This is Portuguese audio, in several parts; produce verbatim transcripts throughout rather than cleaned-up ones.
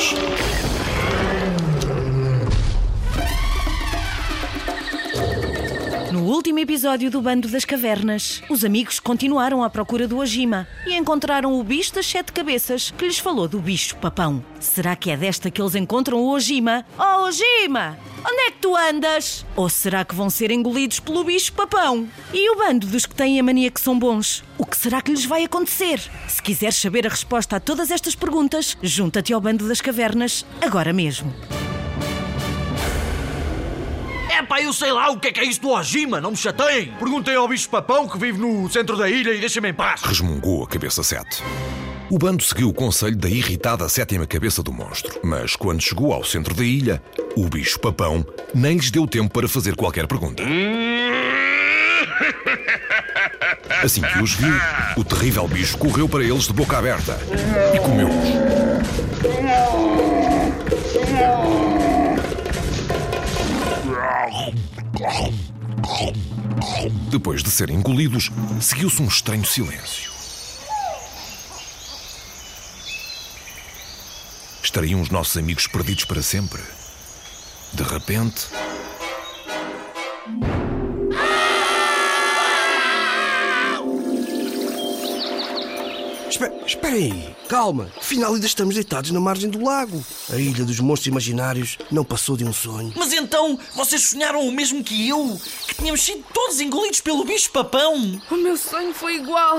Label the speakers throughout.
Speaker 1: Cavernas.
Speaker 2: No último episódio do Bando das Cavernas, os amigos continuaram à procura do Ojima e encontraram o bicho das sete cabeças que lhes falou do bicho-papão. Será que é desta que eles encontram o Ojima? Oh, Ojima! Onde é que tu andas? Ou será que vão ser engolidos pelo bicho-papão? E o bando dos que têm a mania que são bons? O que será que lhes vai acontecer? Se quiseres saber a resposta a todas estas perguntas, junta-te ao Bando das Cavernas agora mesmo.
Speaker 3: É pá, eu sei lá o que é que é isso do Ojima, não me chateiem. Perguntem ao bicho-papão que vive no centro da ilha e deixem-me em paz.
Speaker 1: Resmungou a cabeça sete. O bando seguiu o conselho da irritada sétima cabeça do monstro. Mas quando chegou ao centro da ilha, o bicho-papão nem lhes deu tempo para fazer qualquer pergunta. Assim que os viu, o terrível bicho correu para eles de boca aberta e comeu-os. Depois de serem engolidos, seguiu-se um estranho silêncio. Estariam os nossos amigos perdidos para sempre? De repente...
Speaker 4: Espera, espera aí, calma. Afinal ainda estamos deitados na margem do lago. A ilha dos monstros imaginários não passou de um sonho.
Speaker 3: Mas então, vocês sonharam o mesmo que eu? Que tínhamos sido todos engolidos pelo bicho-papão?
Speaker 5: O meu sonho foi igual.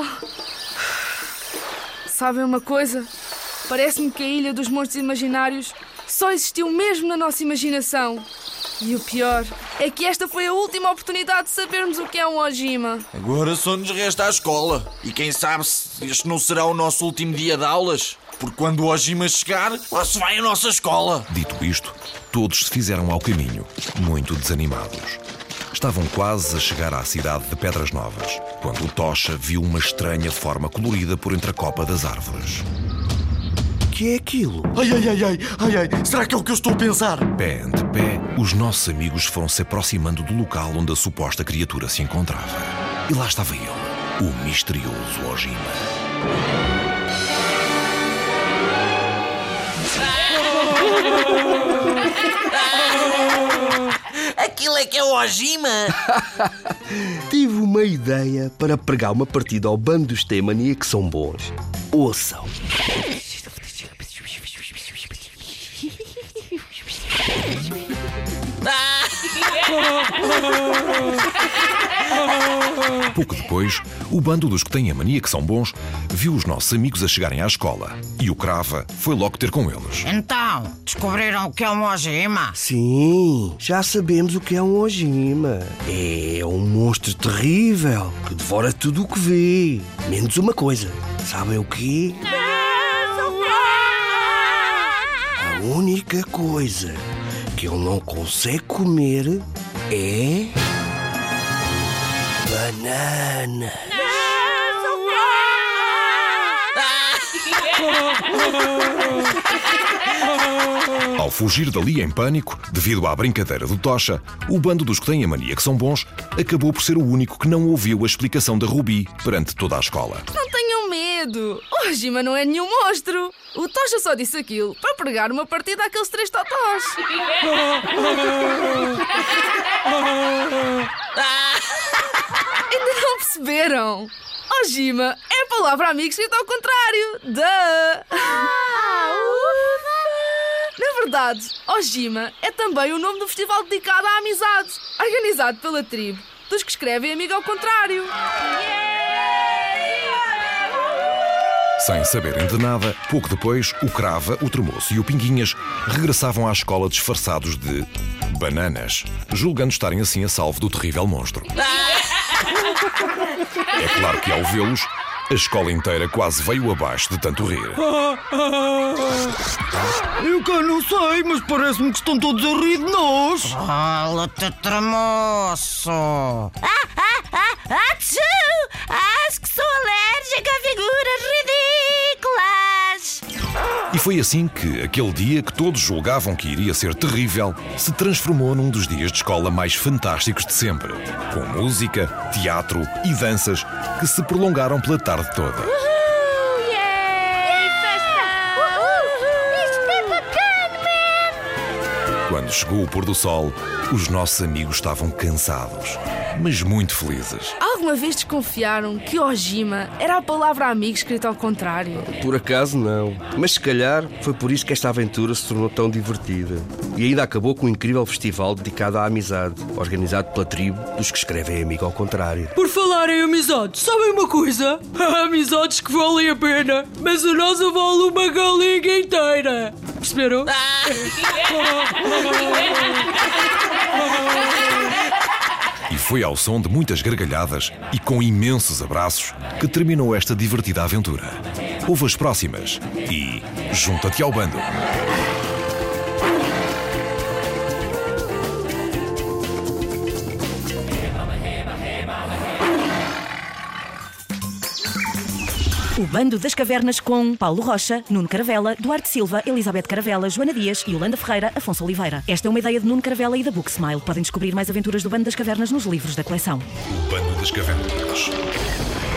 Speaker 5: Sabem uma coisa? Parece-me que a ilha dos monstros imaginários só existiu mesmo na nossa imaginação. E o pior é que esta foi a última oportunidade de sabermos o que é um Ojima.
Speaker 6: Agora só nos resta a escola. E quem sabe se este não será o nosso último dia de aulas. Porque quando o Ojima chegar, lá se vai a nossa escola.
Speaker 1: Dito isto, todos se fizeram ao caminho, muito desanimados. Estavam quase a chegar à cidade de Pedras Novas, quando o Tocha viu uma estranha forma colorida por entre a copa das árvores.
Speaker 4: O que é aquilo?
Speaker 3: Ai, ai, ai, ai, ai, ai, será que é o que eu estou a pensar?
Speaker 1: Pé ante pé, os nossos amigos foram se aproximando do local onde a suposta criatura se encontrava. E lá estava ele, o misterioso Ojima.
Speaker 3: Aquilo é que é o Ojima?
Speaker 4: Tive uma ideia para pregar uma partida ao bando dos T-Mania que são bons. Ouçam.
Speaker 1: Pouco depois, o bando dos que têm a mania que são bons viu os nossos amigos a chegarem à escola e o Crava foi logo ter com eles.
Speaker 7: Então, descobriram o que é um Ojima?
Speaker 4: Sim, já sabemos o que é um Ojima. É um monstro terrível que devora tudo o que vê. Menos uma coisa. Sabem o quê? A única coisa que ele não consegue comer é... banana.
Speaker 1: Ao fugir dali em pânico, devido à brincadeira do Tocha, o bando dos que têm a mania que são bons acabou por ser o único que não ouviu a explicação da Rubi perante toda a escola.
Speaker 5: Não tenham medo. O Ojima não é nenhum monstro. O Tocha só disse aquilo para pregar uma partida àqueles três totós. Ainda não perceberam? Ojima é a palavra amigo escrita ao contrário. Duh! Na verdade, Ojima é também o nome do festival dedicado à amizade, organizado pela tribo dos que escrevem amigo ao contrário.
Speaker 1: Sem saberem de nada, pouco depois, o Crava, o Tremoço e o Pinguinhas regressavam à escola disfarçados de bananas, julgando estarem assim a salvo do terrível monstro. É claro que ao vê-los, a escola inteira quase veio abaixo de tanto rir.
Speaker 3: Eu cá não sei, mas parece-me que estão todos a rir de nós.
Speaker 7: Fala-te, Tremoço.
Speaker 8: Ah, ah, ah, atchoo! Acho que sou alérgica a figuras ridículas.
Speaker 1: E foi assim que, aquele dia que todos julgavam que iria ser terrível, se transformou num dos dias de escola mais fantásticos de sempre, com música, teatro e danças que se prolongaram pela tarde toda.
Speaker 8: Uhul, yeah! Festa! Uhul! Isto é bacana!
Speaker 1: Quando chegou o pôr do sol, os nossos amigos estavam cansados, mas muito felizes.
Speaker 5: Alguma vez desconfiaram que Ojima era a palavra amigo escrita ao contrário?
Speaker 4: Por acaso não, mas se calhar foi por isso que esta aventura se tornou tão divertida. E ainda acabou com um incrível festival dedicado à amizade, organizado pela tribo dos que escrevem amigo ao contrário.
Speaker 9: Por falar em amizade, sabem uma coisa? Há amizades que valem a pena, mas a nossa vale uma galinha inteira. Perceberam?
Speaker 1: E foi ao som de muitas gargalhadas e com imensos abraços que terminou esta divertida aventura. Ouve as próximas e junta-te ao bando.
Speaker 2: O Bando das Cavernas com Paulo Rocha, Nuno Caravela, Duarte Silva, Elizabeth Caravela, Joana Dias, Yolanda Ferreira, Afonso Oliveira. Esta é uma ideia de Nuno Caravela e da Book Smile. Podem descobrir mais aventuras do Bando das Cavernas nos livros da coleção.
Speaker 1: O Bando das Cavernas.